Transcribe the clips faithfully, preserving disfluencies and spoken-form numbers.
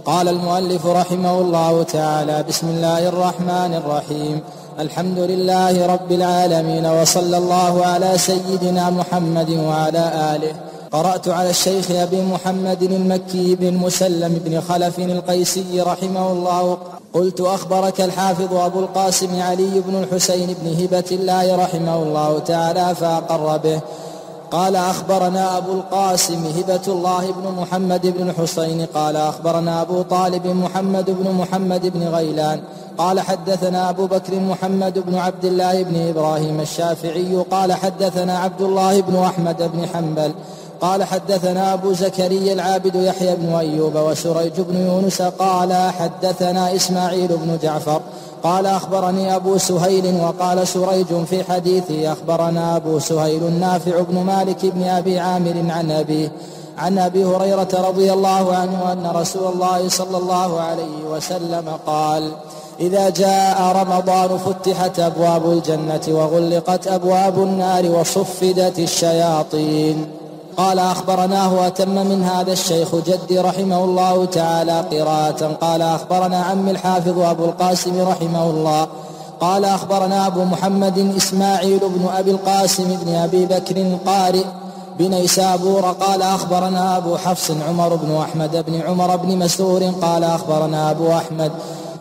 قال المؤلف رحمه الله تعالى: بسم الله الرحمن الرحيم. الحمد لله رب العالمين، وصلى الله على سيدنا محمد وعلى آله. قرأت على الشيخ أبي محمد المكي بن مسلم بن خلف القيسي رحمه الله. قلت: أخبرك الحافظ أبو القاسم علي بن الحسين بن هبة الله رحمه الله تعالى فأقر به. قال: أخبرنا أبو القاسم هبة الله بن محمد بن الحسين قال: أخبرنا أبو طالب محمد بن محمد بن غيلان قال: حدثنا أبو بكر محمد بن عبد الله بن إبراهيم الشافعي قال: حدثنا عبد الله بن أحمد بن حنبل قال: حدثنا أبو زكريا العابد يحيى بن أيوب وسريج بن يونس قال: حدثنا إسماعيل بن جعفر قال: أخبرني أبو سهيل. وقال سريج في حديثه: أخبرنا أبو سهيل نافع بن مالك بن أبي عامر عن أبيه عن أبي هريرة رضي الله عنه أن رسول الله صلى الله عليه وسلم قال: إذا جاء رمضان فتحت أبواب الجنة وغلقت أبواب النار وصفدت الشياطين. قال: أخبرناه أتم من هذا الشيخ جدي رحمه الله تعالى قراءة. قال: أخبرنا عمي الحافظ أبو القاسم رحمه الله قال: أخبرنا أبو محمد إسماعيل بن أبي القاسم بن أبي بكر قارئ بنيسابور قال: أخبرنا أبو حفص عمر بن أحمد بن عمر بن مسرور قال: أخبرنا أبو أحمد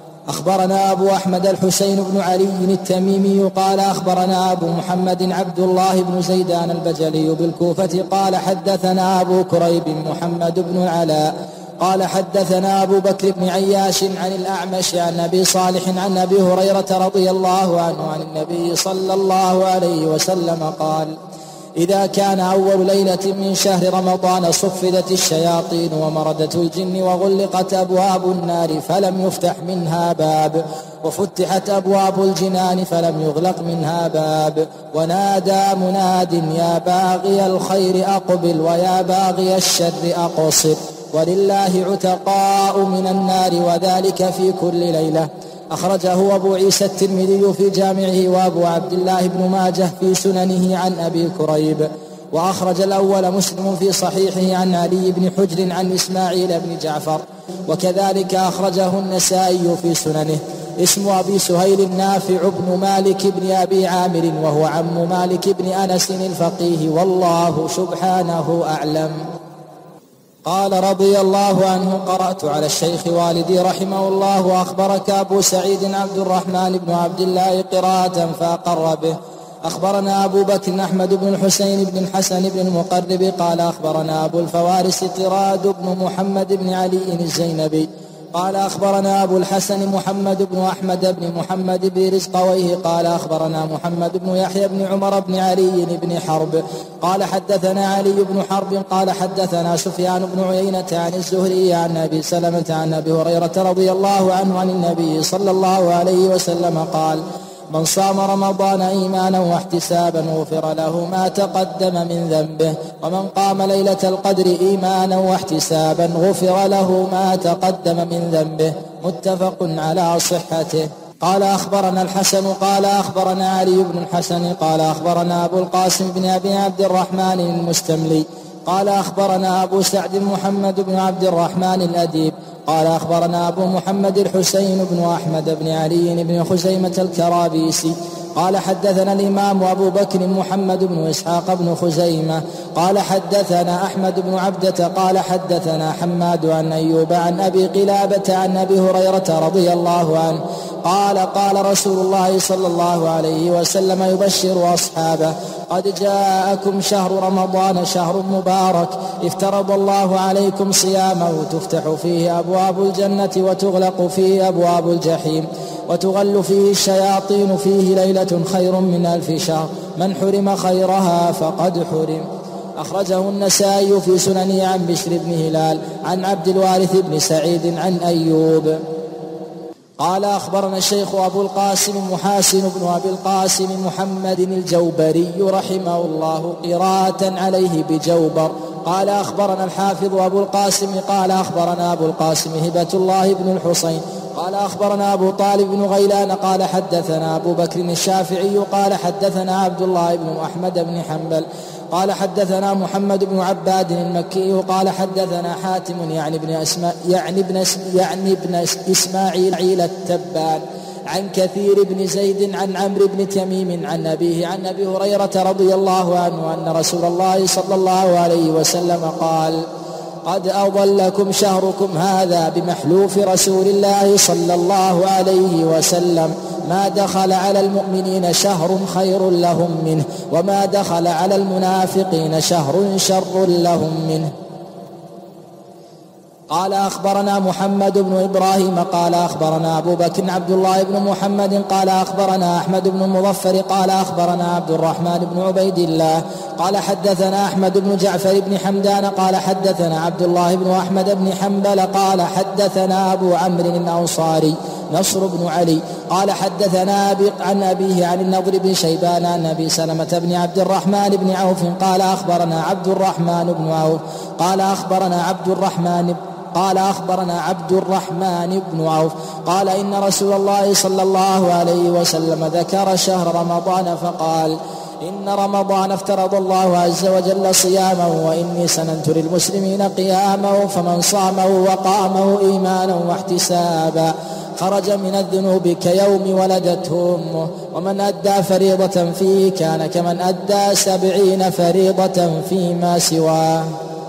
أخبرنا أبو أحمد الحسين بن علي التميمي قال: أخبرنا أبو محمد عبد الله بن زيدان البجلي بالكوفة قال: حدثنا أبو كريب محمد بن العلاء قال: حدثنا أبو بكر بن عياش عن الأعمش عن أبي صالح عن أبي هريرة رضي الله عنه عن النبي صلى الله عليه وسلم قال: إذا كان أول ليلة من شهر رمضان صفدت الشياطين ومردت الجن وغلقت أبواب النار فلم يفتح منها باب وفتحت أبواب الجنان فلم يغلق منها باب. ونادى مناد: يا باغي الخير أقبل ويا باغي الشر أقصر. ولله عتقاء من النار وذلك في كل ليلة. أخرجه أبو عيسى الترمذي في جامعه وأبو عبد الله بن ماجه في سننه عن أبي كريب. وأخرج الأول مسلم في صحيحه عن علي بن حجر عن إسماعيل بن جعفر. وكذلك أخرجه النسائي في سننه. اسم أبي سهيل نافع بن مالك بن أبي عامر وهو عم مالك بن أنس الفقيه، والله سبحانه أعلم. قال رضي الله عنه: قرأت على الشيخ والدي رحمه الله: وأخبرك أبو سعيد عبد الرحمن بن عبد الله قراءة فأقر به. أخبرنا أبو بكر أحمد بن الحسين بن الحسن بن المقرب قال: أخبرنا أبو الفوارس طراد بن محمد بن علي الزينبي قال: أخبرنا أبو الحسن محمد بن أحمد بن محمد بن رزقويه قال: أخبرنا محمد بن يحيى بن عمر بن علي بن حرب قال: حدثنا علي بن حرب قال: حدثنا سفيان بن عيينة عن الزهري عن أبي سلمة عن أبي هريرة رضي الله عنه عن النبي صلى الله عليه وسلم قال: من صام رمضان إيمانا واحتسابا غفر له ما تقدم من ذنبه، ومن قام ليلة القدر إيمانا واحتسابا غفر له ما تقدم من ذنبه. متفق على صحته. قال: أخبرنا الحسن قال: أخبرنا علي بن الحسن قال: أخبرنا أبو القاسم بن أبي عبد الرحمن المستملي قال: أخبرنا أبو سعد محمد بن عبد الرحمن الأديب قال: أخبرنا أبو محمد الحسين بن أحمد بن علي بن خزيمة الكرابيسي قال: حدثنا الإمام أبو بكر محمد بن إسحاق بن خزيمة قال: حدثنا أحمد بن عبدة قال: حدثنا حماد عن أيوب عن أبي قلابة عن أبي هريرة رضي الله عنه قال: قال رسول الله صلى الله عليه وسلم يبشر أصحابه: قد جاءكم شهر رمضان شهر مبارك افترض الله عليكم صيامه، تفتح فيه أبواب الجنة وتغلق فيه أبواب الجحيم وتغل فيه الشياطين، فيه ليلة خير من ألف شهر، من حرم خيرها فقد حرم. أخرجه النسائي في سننه عن بشر بن هلال عن عبد الوارث بن سعيد عن أيوب قال: أخبرنا الشيخ أبو القاسم محاسن بن أبي القاسم محمد الجوبري رحمه الله قراءة عليه بجوبر قال: أخبرنا الحافظ أبو القاسم قال: أخبرنا أبو القاسم هبة الله بن الحسين قال: أخبرنا أبو طالب بن غيلان قال: حدثنا أبو بكر الشافعي قال: حدثنا عبد الله بن أحمد بن حنبل قال حدثنا محمد بن عباد المكي قال حدثنا حاتم يعني ابن أسماء يعني ابن يعني ابن إسماعيل التبان عن كثير بن زيد عن عمرو بن تميم عن أبيه عن أبي هريرة رضي الله عنه أن رسول الله صلى الله عليه وسلم قال: قد أضلكم شهركم هذا بمحلوف رسول الله صلى الله عليه وسلم: ما دخل على المؤمنين شهر خير لهم منه، وما دخل على المنافقين شهر شر لهم منه. قال أخبرنا محمد بن إبراهيم قال أخبرنا أبو بكر عبد الله بن محمد قال أخبرنا أحمد بن المظفر قال أخبرنا عبد الرحمن بن عبيد الله قال حدثنا أحمد بن جعفر بن حمدان قال حدثنا عبد الله بن أحمد بن حنبل قال حدثنا أبو عمرو الأنصاري نصر بن علي قال حدثنا أبي عن أبيه عن النضر بن شيبان عن أبي سلمة بن عبد الرحمن بن عوف قال أخبرنا عبد الرحمن بن عوف قال أخبرنا عبد الرحمن قال أخبرنا عبد الرحمن بن عوف قال إن رسول الله صلى الله عليه وسلم ذكر شهر رمضان فقال: إن رمضان افترض الله عز وجل صيامه، وإني سننت للمسلمين قيامه، فمن صامه وقامه إيمانا واحتسابا خرج من الذنوب كيوم ولدته أمه، ومن أدى فريضة فيه كان كمن أدى سبعين فريضة فيما سواه.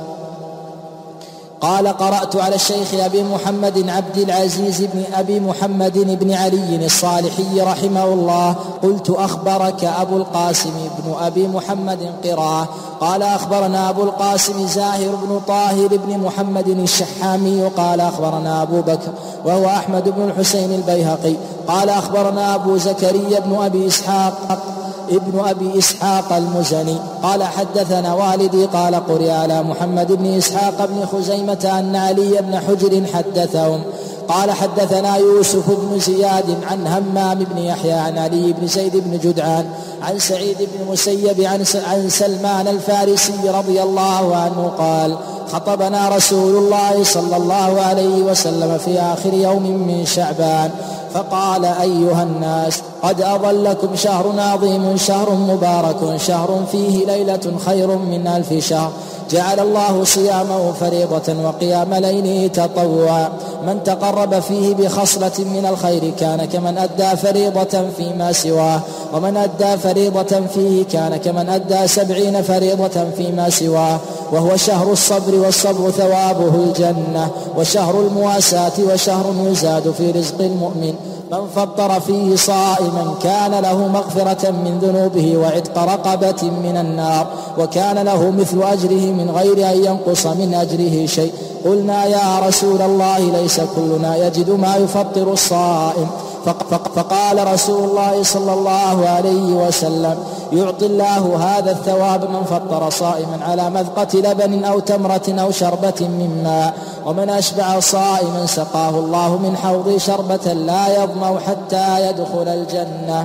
قال: قرأت على الشيخ أبي محمد عبد العزيز بن أبي محمد بن علي الصالحي رحمه الله: قلت: أخبرك أبو القاسم بن أبي محمد قراءة؟ قال: أخبرنا أبو القاسم زاهر بن طاهر بن محمد الشحامي قال: أخبرنا أبو بكر وهو أحمد بن الحسين البيهقي قال: أخبرنا أبو زكريا بن أبي إسحاق ابن أبي إسحاق المزني قال: حدثنا والدي قال: قرئ على محمد بن إسحاق بن خزيمة أن علي بن حجر حدثهم قال: حدثنا يوسف بن زياد عن همام بن يحيى عن علي بن زيد بن جدعان عن سعيد بن مسيب عن سلمان الفارسي رضي الله عنه قال: خطبنا رسول الله صلى الله عليه وسلم في آخر يوم من شعبان فقال: أيها الناس، قد أضلكم شهر عظيم، شهر مبارك، شهر فيه ليلة خير من ألف شهر، جعل الله صيامه فريضة وقيام ليله تطوعا، من تقرب فيه بخصلة من الخير كان كمن أدى فريضة فيما سواه، ومن أدى فريضة فيه كان كمن أدى سبعين فريضة فيما سواه، وهو شهر الصبر، والصبر ثوابه الجنة، وشهر المواساة، وشهر يزاد في رزق المؤمن، من فطر فيه صائما كان له مغفرة من ذنوبه وعتق رقبة من النار، وكان له مثل أجره من غير أن ينقص من أجره شيء. قلنا: يا رسول الله، ليس كلنا يجد ما يفطر الصائم. فقال رسول الله صلى الله عليه وسلم: يعطي الله هذا الثواب من فطر صائما على مذقة لبن أو تمرة أو شربة من ماء، ومن أشبع صائما سقاه الله من حوض شربة لا يظمأ حتى يدخل الجنة.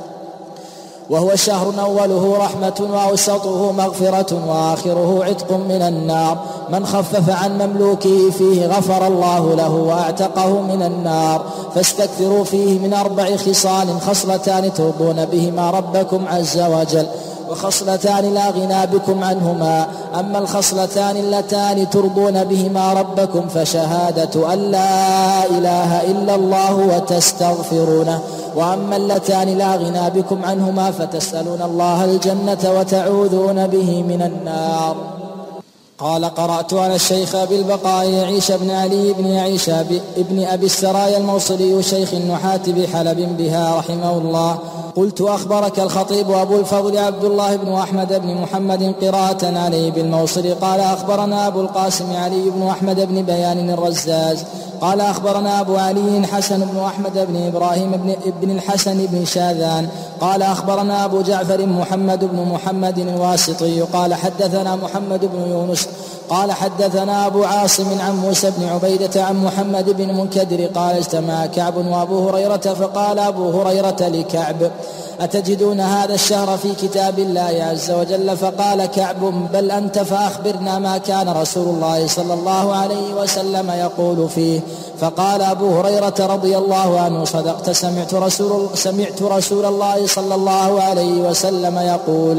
وهو شهر أوله رحمة وأوسطه مغفرة وآخره عتق من النار، من خفف عن مملوكه فيه غفر الله له وأعتقه من النار. فاستكثروا فيه من أربع خصال: خصلتان ترضون بهما ربكم عز وجل، وخصلتان لا غنى بكم عنهما. أما الخصلتان اللتان ترضون بهما ربكم فشهادة أن لا إله إلا الله وتستغفرونه، وأما اللتان لا غنى بكم عنهما فتسألون الله الجنة وتعوذون به من النار. قال: قرأت على الشيخ أبي البقاء يعيش بن علي بن يعيش ابن أبي السرايا الموصلي شيخ النحاة بحلب بها رحمه الله: قلت: أخبرك الخطيب أبو الفضل عبد الله بن أحمد بن محمد قراءة عليه بالموصل. قال: أخبرنا أبو القاسم علي بن أحمد بن بيان الرزاز قال: أخبرنا أبو علي حسن بن أحمد بن إبراهيم بن ابن الحسن بن شاذان قال: أخبرنا أبو جعفر محمد بن محمد الواسطي قال: حدثنا محمد بن يونس قال: حدثنا أبو عاصم عن موسى بن عبيدة عن محمد بن منكدر قال: اجتمع كعب وأبو هريرة فقال أبو هريرة لكعب: أتجدون هذا الشهر في كتاب الله عز وجل؟ فقال كعب: بل أنت، فأخبرنا ما كان رسول الله صلى الله عليه وسلم يقول فيه. فقال أبو هريرة رضي الله عنه: صدقت، سمعت رسول, سمعت رسول الله صلى الله عليه وسلم يقول: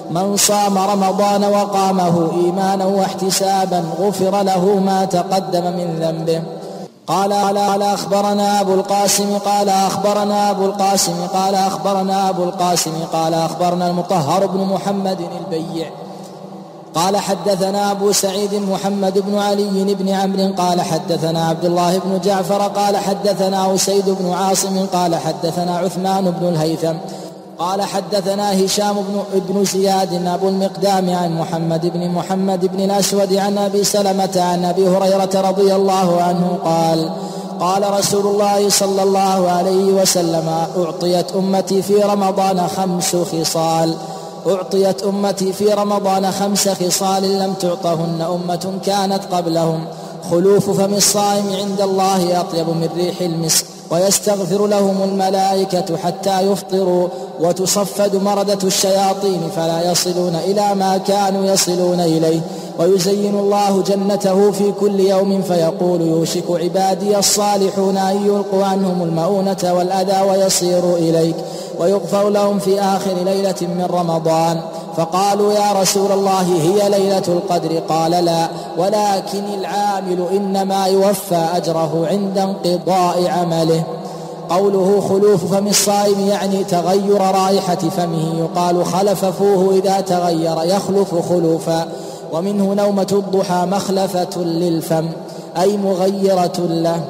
من صام رمضان وقامه إيمانا واحتسابا غفر له ما تقدم من ذنبه. قال قال أخبرنا أبو القاسم قال أخبرنا أبو القاسم قال أخبرنا أبو القاسم قال أخبرنا المطهر بن محمد البيع قال حدثنا أبو سعيد محمد بن علي بن عمرو قال حدثنا عبد الله بن جعفر قال حدثنا أسيد بن عاصم قال حدثنا عثمان بن الهيثم قال حدثنا هشام بن, بن زياد أبو المقدام عن محمد بن محمد بن الأسود عن أبي سلمة عن أبي هريرة رضي الله عنه قال قال رسول الله صلى الله عليه وسلم أعطيت أمتي في رمضان خمس خصال أعطيت أمتي في رمضان خمس خصال لم تعطهن أمة كانت قبلهم: خلوف فم الصائم عند الله أطيب من ريح المسك، ويستغفر لهم الملائكة حتى يفطروا، وتصفد مردة الشياطين فلا يصلون إلى ما كانوا يصلون إليه، ويزين الله جنته في كل يوم فيقول: يوشك عبادي الصالحون أن يلقوا عنهم المؤونة والأذى ويصيروا إليك، ويغفر لهم في آخر ليلة من رمضان. فقالوا: يا رسول الله هي ليلة القدر؟ قال: لا، ولكن العامل إنما يوفى أجره عند انقضاء عمله. قوله خلوف فم الصائم يعني تغير رائحة فمه، يقال خلف فوه إذا تغير يخلف خلوفا. ومنه نومة الضحى مخلفة للفم أي مغيرة له.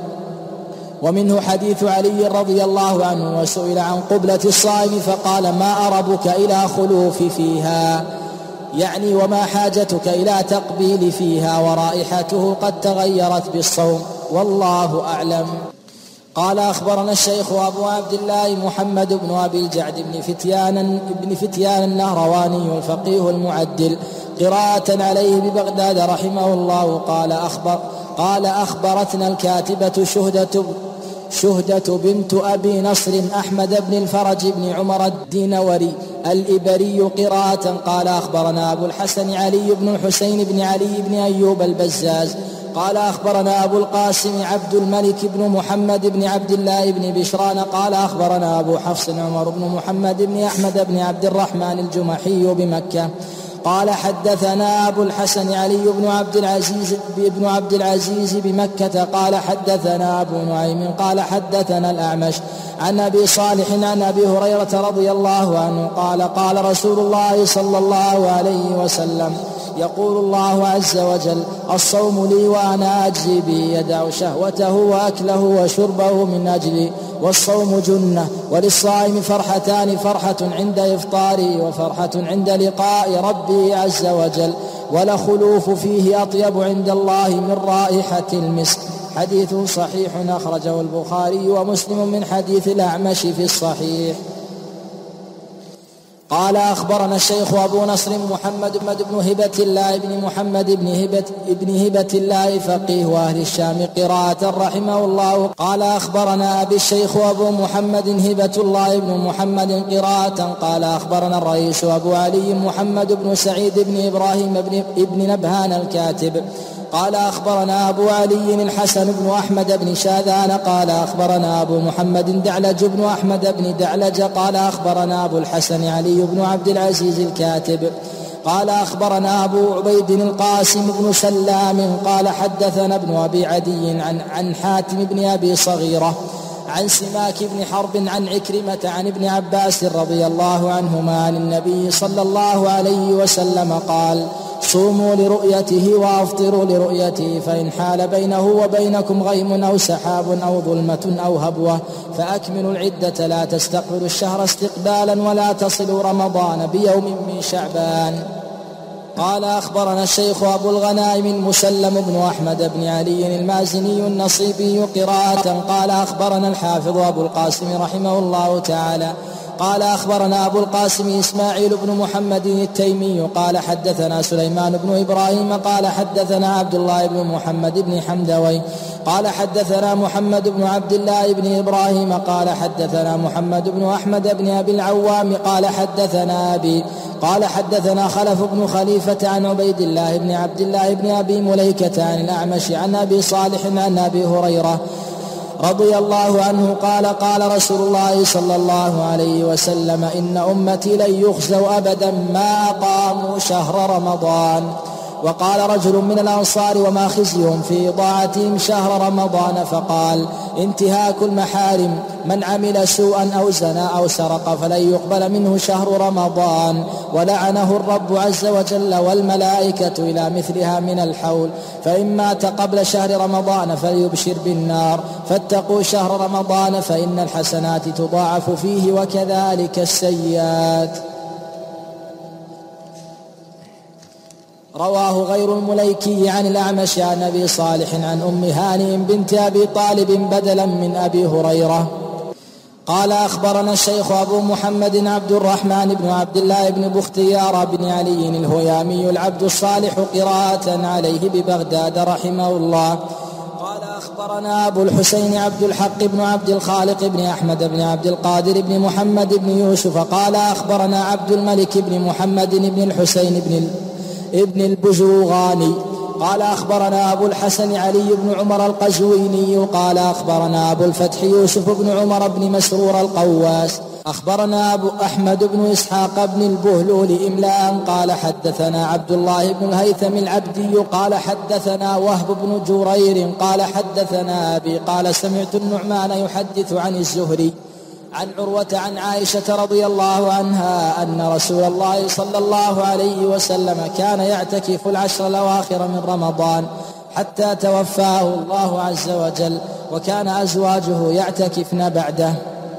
ومنه حديث علي رضي الله عنه: وسئل عن قبلة الصائم فقال: ما أربك إلى خلوف فيها، يعني وما حاجتك إلى تقبيل فيها ورائحته قد تغيرت بالصوم، والله أعلم. قال: أخبرنا الشيخ أبو عبد الله محمد بن أبي الجعد بن فتيان, بن فتيان النهرواني الفقيه المعدل قراءة عليه ببغداد رحمه الله. قال أخبر قال أخبرتنا الكاتبة شهدة شهدة بنت أبي نصر أحمد بن الفرج بن عمر الدينوري الإبري قراءة. قال أخبرنا أبو الحسن علي بن الحسين بن علي بن أيوب البزاز قال أخبرنا أبو القاسم عبد الملك بن محمد بن عبد الله بن بشران قال أخبرنا أبو حفص عمر بن محمد بن أحمد بن عبد الرحمن الجمحي بمكة قال حدثنا أبو الحسن علي بن عبد العزيز بن عبد العزيز بمكة قال حدثنا أبو نعيم قال حدثنا الأعمش عن أبي صالح عن أبي هريرة رضي الله عنه قال قال رسول الله صلى الله عليه وسلم: يقول الله عز وجل: الصوم لي وأنا أجزي به، يدع شهوته وأكله وشربه من أجلي، والصوم جنة. وللصائم فرحتان: فرحة عند إفطاره وفرحة عند لقاء ربه عز وجل، ولخلوف فيه أطيب عند الله من رائحة المسك. حديث صحيح أخرجه البخاري ومسلم من حديث الأعمش في الصحيح. قال أخبرنا الشيخ أبو نصر محمد بن هبة الله بن محمد بن هبة, بن هبة الله فقيه أهل الشام قراءة رحمه الله. قال أخبرنا أبي الشيخ أبو محمد هبة الله بن محمد قراءة. قال أخبرنا الرئيس أبو علي محمد بن سعيد بن إبراهيم بن, ابن نبهان الكاتب قال أخبرنا أبو علي الحسن بن أحمد بن شاذان قال أخبرنا أبو محمد دعلج بن أحمد بن دعلج قال أخبرنا أبو الحسن علي بن عبد العزيز الكاتب قال أخبرنا أبو عبيد القاسم بن سلام قال حدثنا ابن أبي عدي عن, عن حاتم بن أبي صغيرة عن سماك بن حرب عن عكرمة عن ابن عباس رضي الله عنهما عن النبي صلى الله عليه وسلم قال: صوموا لرؤيته وافطروا لرؤيته، فإن حال بينه وبينكم غيم أو سحاب أو ظلمة أو هبوة فأكملوا العدة، لا تستقبلوا الشهر استقبالا ولا تصلوا رمضان بيوم من شعبان. قال أخبرنا الشيخ أبو الغنائم المسلم بن أحمد بن علي المازني النصيبي قراءة. قال أخبرنا الحافظ أبو القاسم رحمه الله تعالى قال أخبرنا أبو القاسم إسماعيل بن محمد التيمي قال حدثنا سليمان بن إبراهيم قال حدثنا عبد الله بن محمد بن حمدوي قال حدثنا محمد بن عبد الله بن إبراهيم قال حدثنا محمد بن أحمد بن أبي العوام قال حدثنا أبي قال حدثنا خلف بن خليفة عن عبيد الله بن عبد الله بن أبي مليكة عن الأعمش عن أبي صالح عن أبي هريرة رضي الله عنه قال قال رسول الله صلى الله عليه وسلم إن أمتي لن يخزوا أبدا ما أقاموا شهر رمضان. وقال رجل من الأنصار وما خزيهم في إضاعتهم شهر رمضان؟ فقال انتهاك المحارم، من عمل سوءا أو زنى أو سرق فلن يقبل منه شهر رمضان، ولعنه الرب عز وجل والملائكة إلى مثلها من الحول، فإن مات قبل شهر رمضان فليبشر بالنار، فاتقوا شهر رمضان فإن الحسنات تضاعف فيه وكذلك السيئات. رواه غير المليكي عن الأعمش عن أبي صالح عن أم هانئ بنت أبي طالب بدلا من أبي هريرة قال أخبرنا الشيخ أبو محمد عبد الرحمن بن عبد الله بن بختيار بن علي الهيامي العبد الصالح قراءة عليه ببغداد رحمه الله. قال أخبرنا أبو الحسين عبد الحق بن عبد الخالق بن أحمد بن عبد القادر بن محمد بن يوسف قال أخبرنا عبد الملك بن محمد بن الحسين بن ابن البجوغاني قال أخبرنا أبو الحسن علي بن عمر القزويني قال أخبرنا أبو الفتح يوسف بن عمر بن مسرور القواس أخبرنا أبو أحمد بن إسحاق بن البهلول إملاء قال حدثنا عبد الله بن الهيثم العبدي قال حدثنا وهب بن جرير قال حدثنا أبي قال سمعت النعمان يحدث عن الزهري عن عروة عن عائشة رضي الله عنها أن رسول الله صلى الله عليه وسلم كان يعتكف العشر الأواخر من رمضان حتى توفاه الله عز وجل، وكان أزواجه يعتكفن بعده.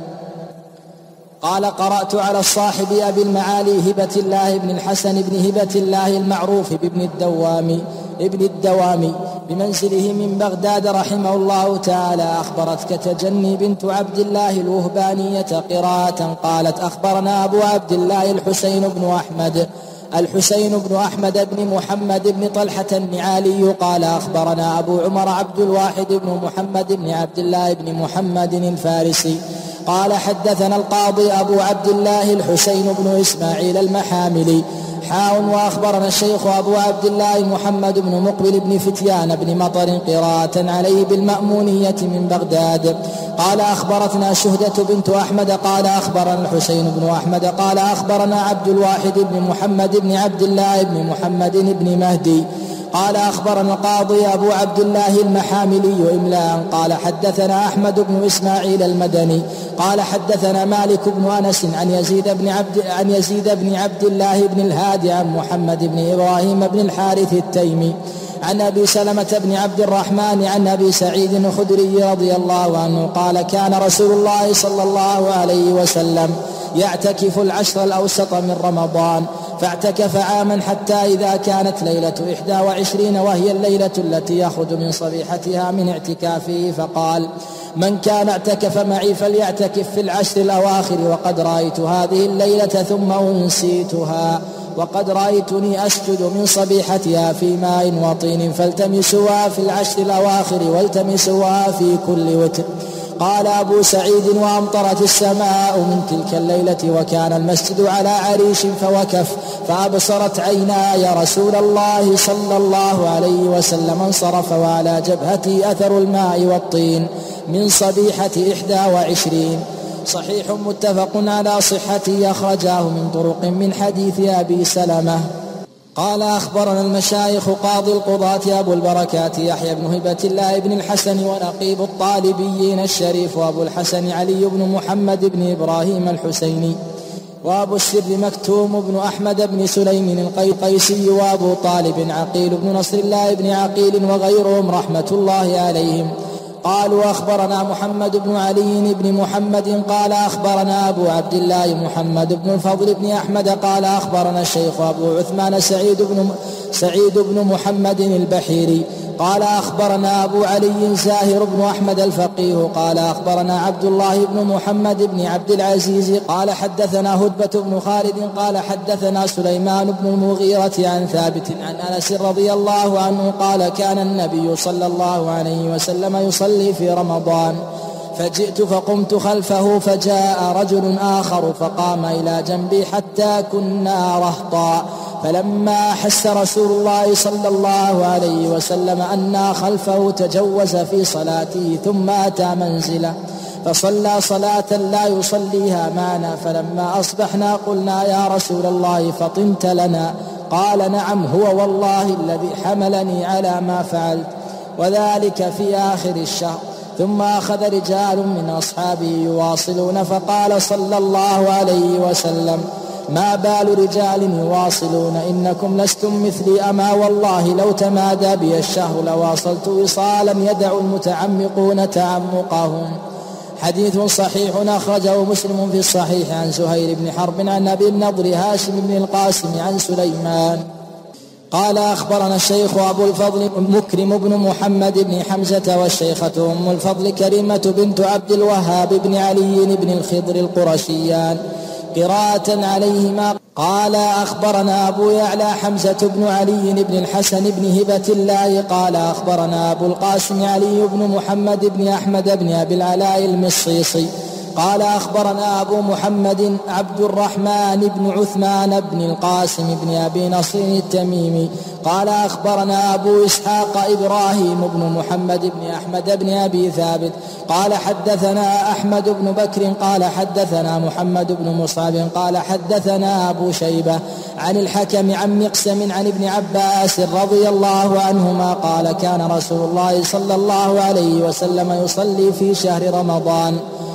قال قرأت على الصاحب أبي المعالي هبة الله بن الحسن بن هبة الله المعروف بابن الدوام ابن الدوامي بمنزله من بغداد رحمه الله تعالى أخبرتك تجني بنت عبد الله الوهبانية قراءة قالت أخبرنا أبو عبد الله الحسين بن أحمد الحسين بن أحمد بن محمد بن طلحة النعالي قال أخبرنا أبو عمر عبد الواحد بن محمد بن عبد الله بن محمد الفارسي قال حدثنا القاضي أبو عبد الله الحسين بن إسماعيل المحاملي حاء وأخبرنا الشيخ أبو عبد الله محمد بن مقبل بن فتيان بن مطر قراءة عليه بالمأمونية من بغداد قال أخبرتنا شهدة بنت أحمد قال أخبرنا الحسين بن أحمد قال أخبرنا عبد الواحد بن محمد بن عبد الله بن محمد بن مهدي قال أخبرنا القاضي أبو عبد الله المحاملي إملاء قال حدثنا أحمد بن إسماعيل المدني قال حدثنا مالك بن أنس عن يزيد بن عبد عن يزيد بن عبد الله بن الهادي عن محمد بن إبراهيم بن الحارث التيمي عن أبي سلمة بن عبد الرحمن عن أبي سعيد الخدري رضي الله عنه قال كان رسول الله صلى الله عليه وسلم يعتكف العشر الأوسط من رمضان فاعتكف عاما حتى إذا كانت ليلة إحدى وعشرين وهي الليلة التي يخرج من صبيحتها من اعتكافه فقال من كان اعتكف معي فليعتكف في العشر الأواخر وقد رأيت هذه الليلة ثم أنسيتها وقد رأيتني أسجد من صبيحتها في ماء وطين فالتمسوها في العشر الأواخر والتمسوها في كل وتر. قال أبو سعيد وأمطرت السماء من تلك الليلة وكان المسجد على عريش فوكف فأبصرت عيناي رسول الله صلى الله عليه وسلم انصرف وعلى جبهته أثر الماء والطين من صبيحة إحدى وعشرين. صحيح متفق على صحته أخرجاه من طرق من حديث أبي سلمة. قال أخبرنا المشايخ قاضي القضاة أبو البركات يحيى بن هبة الله بن الحسن ونقيب الطالبيين الشريف وأبو الحسن علي بن محمد بن إبراهيم الحسيني وأبو السر مكتوم بن أحمد بن سليم القيسي وأبو طالب عقيل بن نصر الله بن عقيل وغيرهم رحمة الله عليهم قالوا أخبرنا محمد بن علي بن محمد قال أخبرنا أبو عبد الله محمد بن الفضل بن أحمد قال أخبرنا الشيخ أبو عثمان سعيد بن, سعيد بن محمد البحيري قال أخبرنا أبو علي زاهر بن أحمد الفقيه قال أخبرنا عبد الله بن محمد بن عبد العزيز قال حدثنا هدبة بن خالد قال حدثنا سليمان بن المغيرة عن ثابت عن أنس رضي الله عنه قال كان النبي صلى الله عليه وسلم يصلي في رمضان فجئت فقمت خلفه فجاء رجل آخر فقام إلى جنبي حتى كنا رهطا فلما أحس رسول الله صلى الله عليه وسلم أنا خلفه تجوز في صلاته ثم أتى منزله فصلى صلاة لا يصليها معنا. فلما أصبحنا قلنا يا رسول الله فطنت لنا؟ قال نعم، هو والله الذي حملني على ما فعلت، وذلك في آخر الشهر. ثم أخذ رجال من أصحابه يواصلون فقال صلى الله عليه وسلم ما بال رجال يواصلون؟ إنكم لستم مثلي، أما والله لو تمادى بي الشهر لواصلت وصالا يدع المتعمقون تعمقهم. حديث صحيح أخرجه مسلم في الصحيح عن زهير بن حرب عن أبي النضر هاشم بن القاسم عن سليمان قال أخبرنا الشيخ أبو الفضل مكرم بن محمد بن حمزة والشيخة أم الفضل كريمة بنت عبد الوهاب بن علي بن الخضر القرشيان قراءة عليهما. قال أخبرنا أبو يعلى حمزة بن علي بن الحسن بن هبة الله قال أخبرنا أبو القاسم علي بن محمد بن أحمد بن أبي العلاء المصيصي قال أخبرنا أبو محمد عبد الرحمن بن عثمان بن القاسم بن أبي نصر التميمي قال أخبرنا أبو إسحاق إبراهيم بن محمد بن أحمد بن أبي ثابت قال حدثنا أحمد بن بكر قال حدثنا محمد بن مصعب قال حدثنا أبو شيبة عن الحكم عن مقسم عن ابن عباس رضي الله عنهما قال كان رسول الله صلى الله عليه وسلم يصلي في شهر رمضان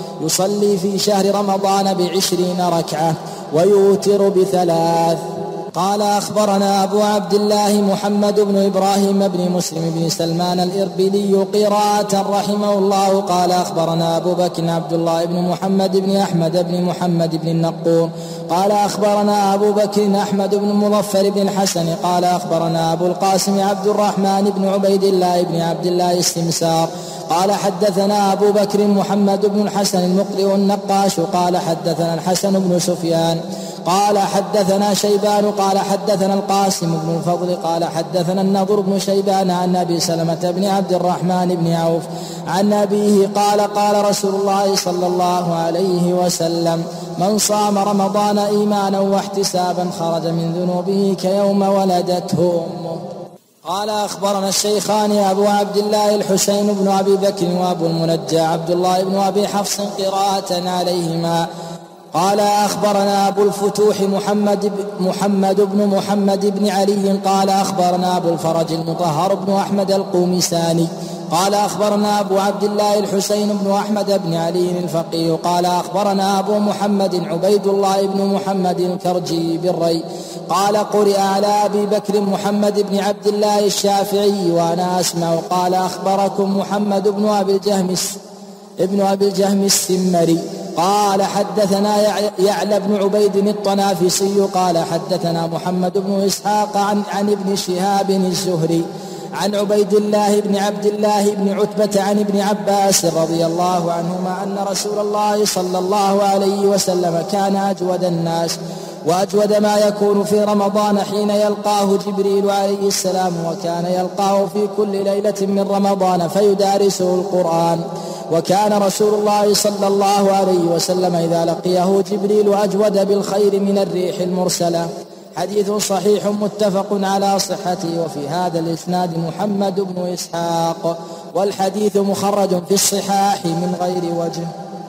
يصلي في شهر رمضان بعشرين ركعة ويوتر بثلاث. قال أخبرنا أبو عبد الله محمد بن إبراهيم بن مسلم بن سلمان الإربلي قراءة رحمه الله قال أخبرنا أبو بكر عبد الله بن محمد بن أحمد بن محمد بن النقور قال أخبرنا أبو بكر أحمد بن مظفر بن الحسن قال أخبرنا أبو القاسم عبد الرحمن بن عبيد الله بن عبد الله السمسار قال حدثنا أبو بكر محمد بن الحسن المقرئ النقاش قال حدثنا الحسن بن سفيان قال حدثنا شيبان قال حدثنا القاسم بن الفضل قال حدثنا النضر بن شيبان عن أبي سلمة بن عبد الرحمن بن عوف عن أبيه قال قال رسول الله صلى الله عليه وسلم من صام رمضان إيمانا واحتسابا خرج من ذنوبه كيوم ولدته أمه. قال أخبرنا الشيخان أبو عبد الله الحسين بن أبي بكر وأبو المنجى عبد الله بن أبي حفص قراءة عليهما قال أخبرنا أبو الفتوح محمد محمد بن محمد بن علي قال أخبرنا أبو الفرج المطهر بن أحمد القومساني قال أخبرنا أبو عبد الله الحسين بن أحمد بن علي الفقيه قال أخبرنا أبو محمد عبيد الله بن محمد الكرجي بالري قال قرئ على أبي بكر محمد بن عبد الله الشافعي وأنا أسمع قال أخبركم محمد بن أبي الجهم ابن أبي الجهم السمري قال حدثنا يعلى بن عبيد الطنافسي قال حدثنا محمد بن إسحاق عن, عن ابن شهاب الزهري عن عبيد الله بن عبد الله بن عتبة عن ابن عباس رضي الله عنهما أن رسول الله صلى الله عليه وسلم كان أجود الناس وأجود ما يكون في رمضان حين يلقاه جبريل عليه السلام وكان يلقاه في كل ليلة من رمضان فيدارسه القرآن وكان رسول الله صلى الله عليه وسلم إذا لقيه جبريل أجود بالخير من الريح المرسلة. حديث صحيح متفق على صحته. وفي هذا الإسناد محمد بن إسحاق والحديث مخرج في الصحاح من غير وجه.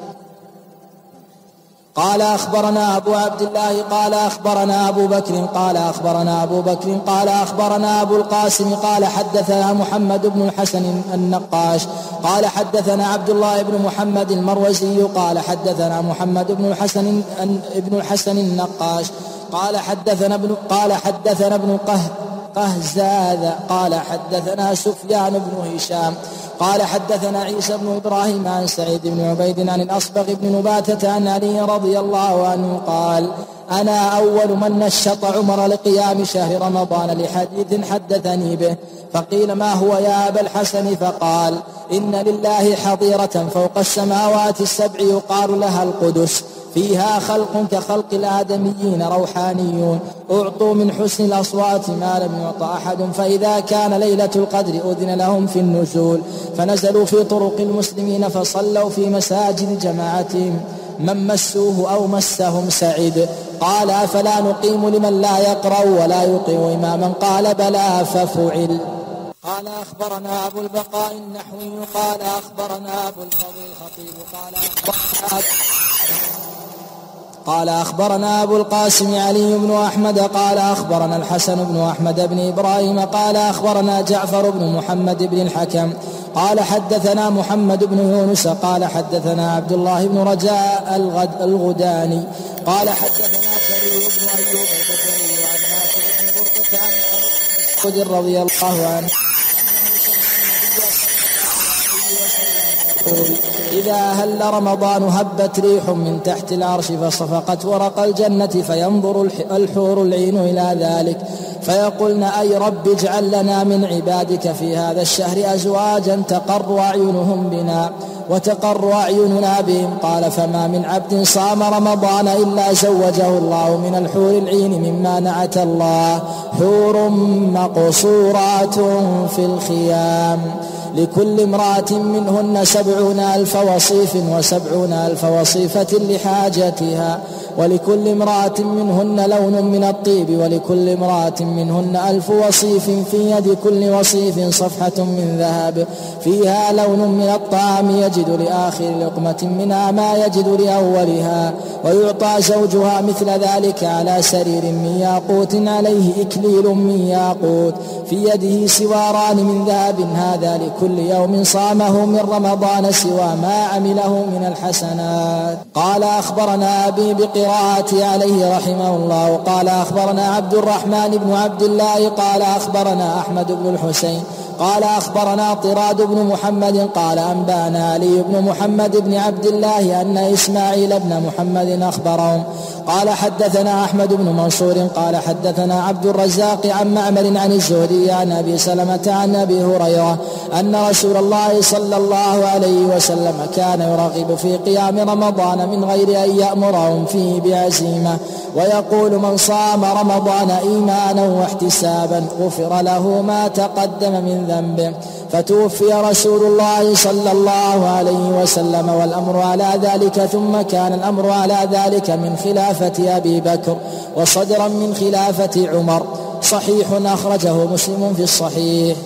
قال أخبرنا أبو عبد الله قال أخبرنا أبو بكر قال أخبرنا أبو بكر قال أخبرنا أبو القاسم قال حدثنا محمد بن الحسن النقاش قال حدثنا عبد الله بن محمد المروزي قال حدثنا محمد بن الحسن ابن الحسن النقاش قال حدثنا ابن قال حدثنا ابن قه قهزاذ قال حدثنا سفيان بن هشام قال حدثنا عيسى بن إبراهيم عن سعيد بن عبيد عن الأصبغ بن نباتة عن علي رضي الله عنه قال أنا أول من نشط عمر لقيام شهر رمضان لحديث حدثني به فقيل ما هو يا أبا الحسن فقال إن لله حظيرة فوق السماوات السبع يقال لها القدس فيها خلق كخلق الآدميين روحانيون أعطوا من حسن الأصوات ما لم يعط أحد فإذا كان ليلة القدر أذن لهم في النزول فنزلوا في طرق المسلمين فصلوا في مساجد جماعتهم من مسوه أو مسهم سعيد قال أفلا نقيم لمن لا يقرأ ولا يقيم إماما؟ قال بلى ففعل. قال أخبرنا أبو البقاء النحوي قال أخبرنا أبو الفضل الخطيب قال أخبرنا قال أخبرنا أبو القاسم علي بن أحمد قال أخبرنا الحسن بن أحمد بن إبراهيم قال أخبرنا جعفر بن محمد بن الحكم قال حدثنا محمد بن يونس قال حدثنا عبد الله بن رجاء الغداني قال حدثنا جرير بن أيوب البصري عن نافع بن بردة عن مسعود رضي الله عنه إذا أهل رمضان هبت ريح من تحت العرش فصفقت ورق الجنة فينظر الحور العين إلى ذلك فيقولن أي رب اجعل لنا من عبادك في هذا الشهر أزواجا تقر أعينهم بنا وتقر أعيننا بهم. قال فما من عبد صام رمضان إلا زوجه الله من الحور العين مما نعت الله حور مقصورات في الخيام لكل امرأة منهن سبعون ألف وصيف وسبعون ألف وصيفة لحاجتها ولكل امرأة منهن لون من الطيب ولكل امرأة منهن ألف وصيف في يد كل وصيف صفحة من ذهب فيها لون من الطعام يجد لآخر لقمة منها ما يجد لأولها ويعطى زوجها مثل ذلك على سرير من ياقوت عليه إكليل من ياقوت في يده سواران من ذهب هذا لكل يوم صامه من رمضان سوى ما عمله من الحسنات. قال أخبرنا أبي بقراءة عليه رحمه الله قال أخبرنا عبد الرحمن بن عبد الله قال أخبرنا أحمد بن الحسين قال أخبرنا طراد بن محمد قال أنبانا علي بن محمد بن عبد الله أن إسماعيل بن محمد أخبرهم قال حدثنا أحمد بن منصور قال حدثنا عبد الرزاق عن معمر عن الزهري عن أبي سلمة عن أبي هريرة أن رسول الله صلى الله عليه وسلم كان يرغب في قيام رمضان من غير أن يأمرهم فيه بعزيمة ويقول من صام رمضان إيمانا واحتسابا غفر له ما تقدم من ذنبه. فتوفي رسول الله صلى الله عليه وسلم والأمر على ذلك ثم كان الأمر على ذلك من خلافة أبي بكر وصدرا من خلافة عمر. صحيح أخرجه مسلم في الصحيح.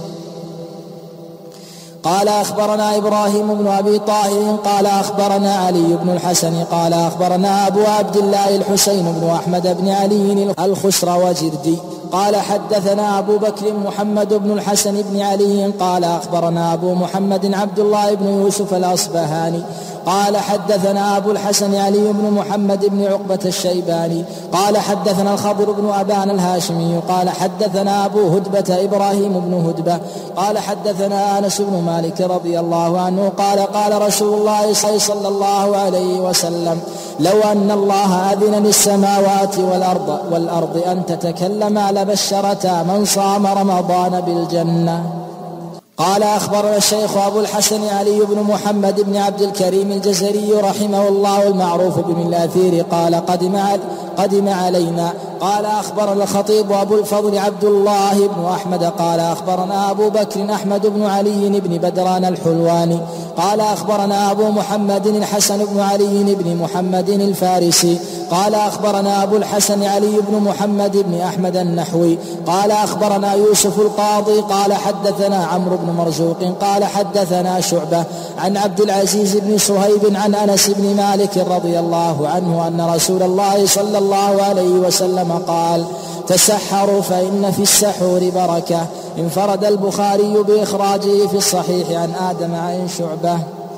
قال أخبرنا إبراهيم بن أبي طاهر قال أخبرنا علي بن الحسن قال أخبرنا أبو عبد الله الحسين بن أحمد بن علي الخسروجردي قال حدثنا أبو بكر محمد بن الحسن بن علي قال أخبرنا أبو محمد عبد الله بن يوسف الأصبهاني قال حدثنا أبو الحسن علي بن محمد بن عقبة الشيباني قال حدثنا الخضر بن أبان الهاشمي قال حدثنا أبو هدبة إبراهيم بن هدبة قال حدثنا أنس بن مالك رضي الله عنه قال قال رسول الله صلى الله عليه وسلم لو أن الله أذن للسماوات والأرض, والأرض أن تتكلم لبشرتا من صام رمضان بالجنة. قال أخبرنا الشيخ أبو الحسن علي بن محمد بن عبد الكريم الجزري رحمه الله المعروف بن الأثير قال قدم, قدم علينا. قال أخبرنا الخطيب أبو الفضل عبد الله بن أحمد قال أخبرنا أبو بكر أحمد بن علي بن بدران الحلواني قال أخبرنا أبو محمد الحسن بن علي بن محمد الفارسي قال أخبرنا أبو الحسن علي بن محمد بن أحمد النحوي قال أخبرنا يوسف القاضي قال حدثنا عمرو بن مرزوق قال حدثنا شعبة عن عبد العزيز بن صهيب عن أنس بن مالك رضي الله عنه أن رسول الله صلى الله عليه وسلم قال تسحروا فإن في السحور بركة. انفرد البخاري بإخراجه في الصحيح عن آدم عن شعبة.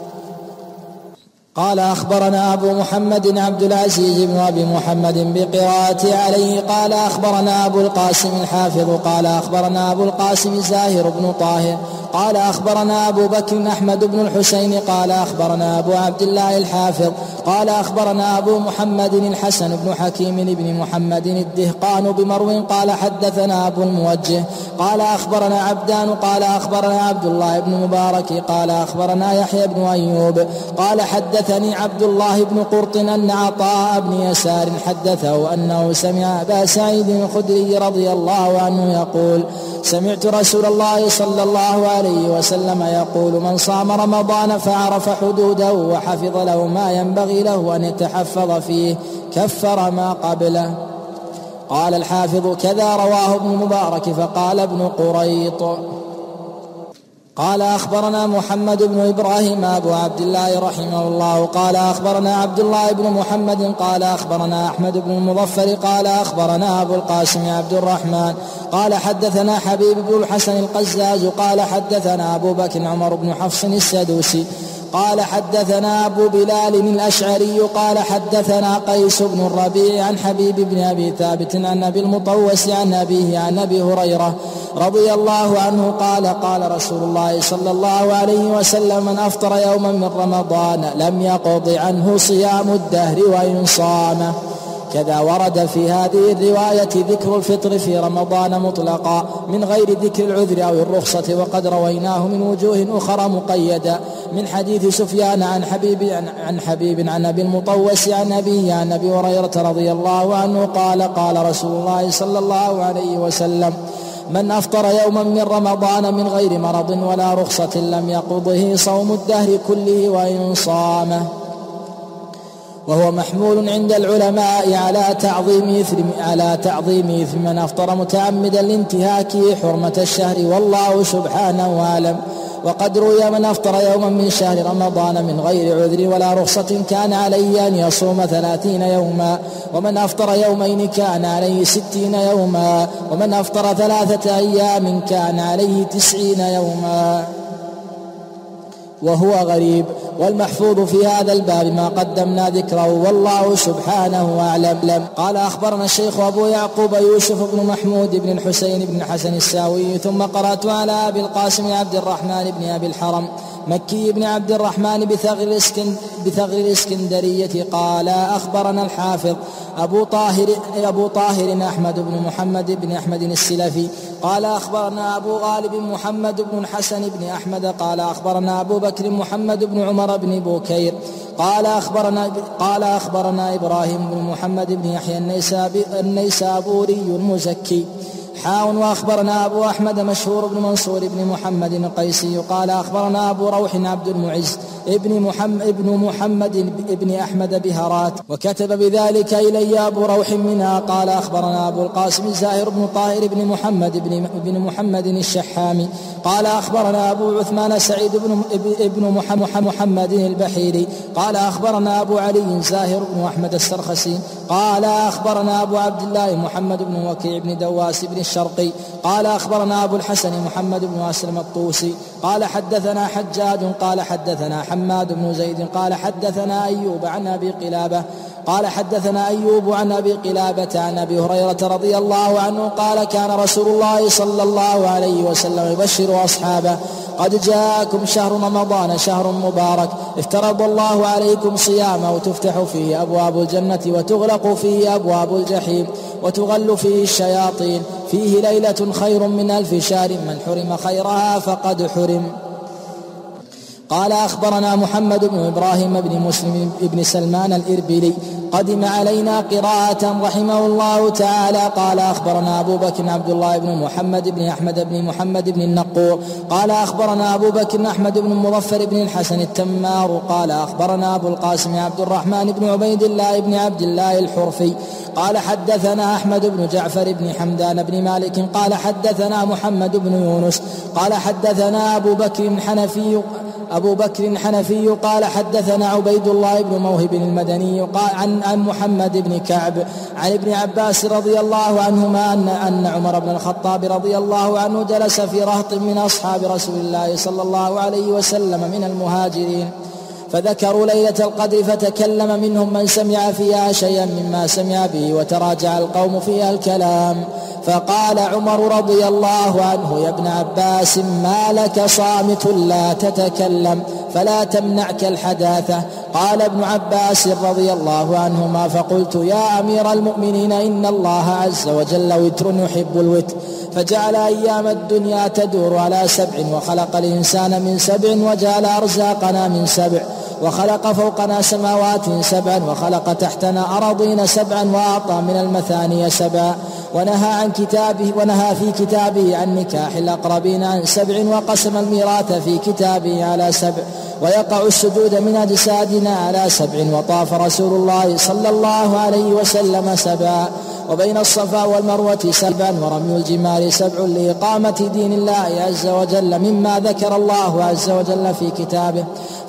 قال أخبرنا أبو محمد عبد العزيز بن أبي محمد بقراءة عليه قال أخبرنا أبو القاسم الحافظ قال أخبرنا أبو القاسم زاهر بن طاهر قال أخبرنا أبو بكر أحمد بن الحسين قال أخبرنا أبو عبد الله الحافظ قال أخبرنا أبو محمد الحسن بن حكيم بن محمد الدهقان بمرو قال حدثنا أبو الموجه قال أخبرنا عبدان قال أخبرنا عبد الله بن مبارك قال أخبرنا يحيى بن أيوب قال حدثني عبد الله بن قرط أن عطاء بن يسار حدثه أنه سمع أبا سعيد الخدري رضي الله عنه يقول سمعت رسول الله صلى الله عليه وسلم يقول من صام رمضان فعرف حدوده وحفظ له ما ينبغي ينبغي له أن يتحفظ فيه كفر ما قبله. قال الحافظ كذا رواه ابن مبارك. فقال ابن قريط قال أخبرنا محمد بن إبراهيم أبو عبد الله رحمه الله قال أخبرنا عبد الله بن محمد قال أخبرنا أحمد بن المظفر قال أخبرنا أبو القاسم عبد الرحمن قال حدثنا حبيب بن الحسن القزاز قال حدثنا أبو بكر عمر بن حفص السدوسي قال حدثنا أبو بلال الأشعري قال حدثنا قيس بن الربيع عن حبيب بن أبي ثابت عن أبي المطوس عن أبيه عن أبي هريرة رضي الله عنه قال قال رسول الله صلى الله عليه وسلم من أفطر يوما من رمضان لم يقض عنه صيام الدهر وإن صامه. كذا ورد في هذه الرواية ذكر الفطر في رمضان مطلقا من غير ذكر العذر أو الرخصة، وقد رويناه من وجوه أخرى مقيدة من حديث سفيان عن حبيب عن حبيب عن أبي المطوس عن أبيه عن أبي هريرة رضي الله عنه قال قال رسول الله صلى الله عليه وسلم من أفطر يوما من رمضان من غير مرض ولا رخصة لم يقضه صوم الدهر كله وإن صامه. وهو محمول عند العلماء على تعظيم إثم على تعظيم إثم من أفطر متعمدا لانتهاكه حرمة الشهر، والله سبحانه أعلم. وقد روي من أفطر يوما من شهر رمضان من غير عذر ولا رخصة كان عليه أن يصوم ثلاثين يوما، ومن أفطر يومين كان عليه ستين يوما، ومن أفطر ثلاثة أيام كان عليه تسعين يوما، وهو غريب. والمحفوظ في هذا الباب ما قدمنا ذكره والله سبحانه أعلم. قال أخبرنا الشيخ أبو يعقوب يوسف بن محمود بن الحسين بن حسن الساوي ثم قرأت على أبي القاسم عبد الرحمن بن أبي الحرم مكي بن عبد الرحمن بثغر الإسكندرية قال أخبرنا الحافظ أبو طاهر أبو طاهر أحمد بن محمد بن أحمد السلفي قال أخبرنا أبو غالب محمد بن الحسن بن أحمد قال أخبرنا أبو بكر محمد بن عمر بن بوكير قال أخبرنا قال أخبرنا إبراهيم بن محمد بن يحيى النيسابوري المزكي حاء وأخبرنا أبو أحمد مشهور بن منصور بن محمد القيسي قال أخبرنا أبو روح عبد المعز ابن محمد, ابن محمد ابن أحمد بهارات وكتب بذلك إلي أبو روح منها قال أخبرنا أبو القاسم الزاهر بن طاهر بن محمد بن, بن محمد الشحامي قال أخبرنا أبو عثمان سعيد بن, ابن محمد البحيري قال أخبرنا أبو علي زاهر بن أحمد السرخسي قال أخبرنا أبو عبد الله محمد بن وكيع بن دواس بن الشرقي قال أخبرنا أبو الحسن محمد بن أسلم الطوسي قال حدثنا حجاج قال حدثنا حماد بن زيد قال حدثنا أيوب عن أبي قلابة قال حدثنا أيوب عن أبي قلابة عن أبي هريرة رضي الله عنه قال كان رسول الله صلى الله عليه وسلم يبشر أصحابه قد جاءكم شهر رمضان شهر مبارك افترض الله عليكم صيامه وتفتح فيه أبواب الجنة وتغلق فيه أبواب الجحيم وتغل فيه الشياطين فيه ليلة خير من ألف شهر من حرم خيرها فقد حرم. قال أخبرنا محمد بن إبراهيم بن مسلم بن سلمان الإربيلي قدم علينا قراءة رحمه الله تعالى قال أخبرنا أبو بكر عبد الله بن محمد بن أحمد بن محمد بن النقور قال أخبرنا أبو بكر أحمد بن مظفر بن الحسن التمار قال أخبرنا أبو القاسم عبد الرحمن بن عبيد الله بن عبد الله الحرفي قال حدثنا أحمد بن جعفر بن حمدان بن مالك قال حدثنا محمد بن يونس قال حدثنا أبو بكر حنفي أبو بكر حنفي قال حدثنا عبيد الله بن موهب المدني قال عن, عن محمد بن كعب عن ابن عباس رضي الله عنهما أن, أن عمر بن الخطاب رضي الله عنه جلس في رهط من أصحاب رسول الله صلى الله عليه وسلم من المهاجرين فذكروا ليلة القدر فتكلم منهم من سمع فيها شيئا مما سمع به وتراجع القوم فيها الكلام فقال عمر رضي الله عنه يا ابن عباس ما لك صامت لا تتكلم فلا تمنعك الحداثة. قال ابن عباس رضي الله عنهما فقلت يا أمير المؤمنين إن الله عز وجل وتر يحب الوتر فجعل أيام الدنيا تدور على سبع وخلق الإنسان من سبع وجعل أرزاقنا من سبع وخلق فوقنا سماوات سبعا وخلق تحتنا أراضين سبعا وأعطى من المثاني سبعا ونهى عن كتابه ونهى في كتابه عن نكاح الأقربين عن سبع وقسم الميراث في كتابه على سبع ويقع السجود من أجسادنا على سبع، وطاف رسول الله صلى الله عليه وسلم سبعا، وبين الصفا والمروة سبعا، ورمي الجمار سبع لإقامة دين الله عز وجل مما ذكر الله عز وجل في كتابه،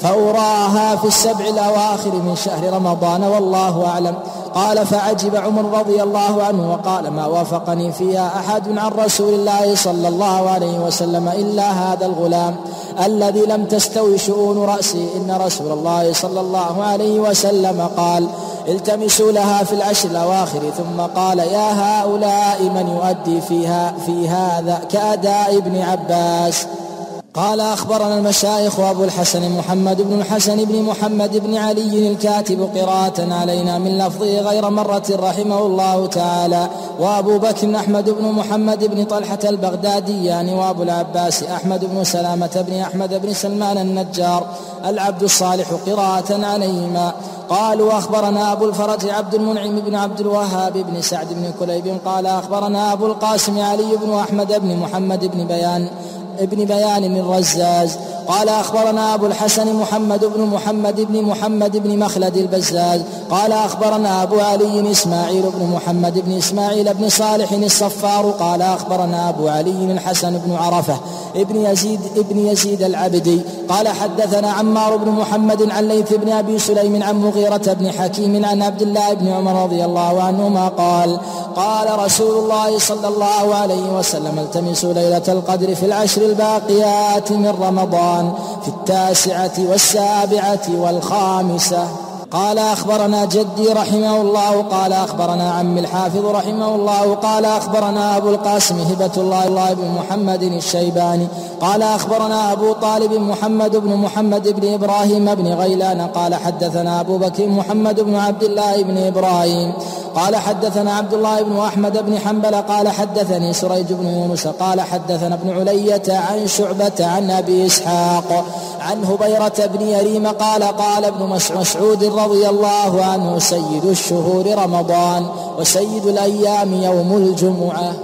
فأراها في السبع الأواخر من شهر رمضان والله أعلم. قال فعجب عمر رضي الله عنه وقال ما وافقني فيها أحد عن رسول الله صلى الله عليه وسلم إلا هذا الغلام الذي لم تستوي شؤون رأسه، إن رسول الله صلى الله عليه وسلم قال التمسوا لها في العشر الأواخر، ثم قال يا هؤلاء من يؤدي فيها في هذا كأداء ابن عباس. قال أخبرنا المشايخ أبو الحسن محمد بن الحسن بن محمد بن علي الكاتب قراءة علينا من لفظه غير مرة رحمه الله تعالى، وأبو بكر أحمد بن محمد بن طلحة البغداديان، وأبو العباس أحمد بن سلامة بن أحمد بن سلمان النجار العبد الصالح قراءة عليهما. قالوا أخبرنا أبو الفرج عبد المنعم بن عبد الوهاب بن سعد بن كليب قال أخبرنا أبو القاسم علي بن أحمد بن محمد بن بيان ابن بيان الرزاز قال أخبرنا أبو الحسن محمد بن محمد بن محمد بن مخلد البزاز قال أخبرنا أبو علي إسماعيل بن محمد بن إسماعيل بن صالح الصفار قال أخبرنا أبو علي الحسن بن عرفة ابن يزيد ابن يزيد العبدي قال حدثنا عمار بن محمد عن ليث بن أبي سليم عن مغيرة بن حكيم عن عبد الله بن عمر رضي الله عنهما قال قال رسول الله صلى الله عليه وسلم التمسوا ليلة القدر في العشر الباقيات من رمضان في التاسعة والسابعة والخامسة. قال أخبرنا جدي رحمه الله قال أخبرنا عمي الحافظ رحمه الله قال أخبرنا أبو القاسم هبة الله, الله بن محمد الشيباني قال أخبرنا أبو طالب محمد بن محمد بن إبراهيم بن غيلان قال حدثنا أبو بكر محمد بن عبد الله بن إبراهيم قال حدثنا عبد الله بن أحمد بن حنبل قال حدثني سريج بن يونس قال حدثنا ابن علية عن شعبة عن أبي إسحاق عن هبيرة بن يريم قال قال ابن مسعود رضي الله عنه سيد الشهور رمضان وسيد الأيام يوم الجمعة.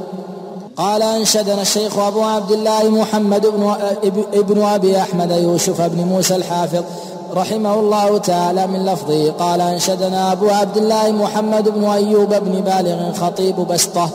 قال أنشدنا الشيخ أبو عبد الله محمد بن ابن أبي أحمد يوسف بن موسى الحافظ رحمه الله تعالى من لفظه قال أنشدنا أبو عبد الله محمد بن أيوب بن بالغ خطيب بسطة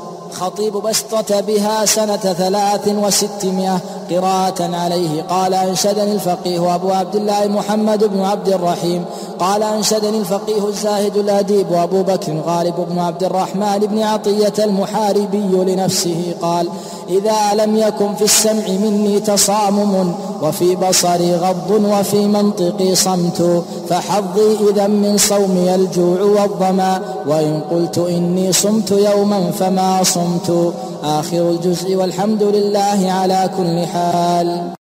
خطيب بسطة بها سنة ثلاث وستمائة قراءة عليه قال أنشدني الفقيه أبو عبد الله محمد بن عبد الرحيم قال أنشدني الفقيه الزاهد الأديب أبو بكر غالب بن عبد الرحمن بن عطية المحاربي لنفسه قال إذا لم يكن في السمع مني تصامم وفي بصري غض وفي منطقي صمت فحظي إذا من صومي الجوع والظما وإن قلت إني صمت يوما فما صمت. آخر الجزء والحمد لله على كل حال.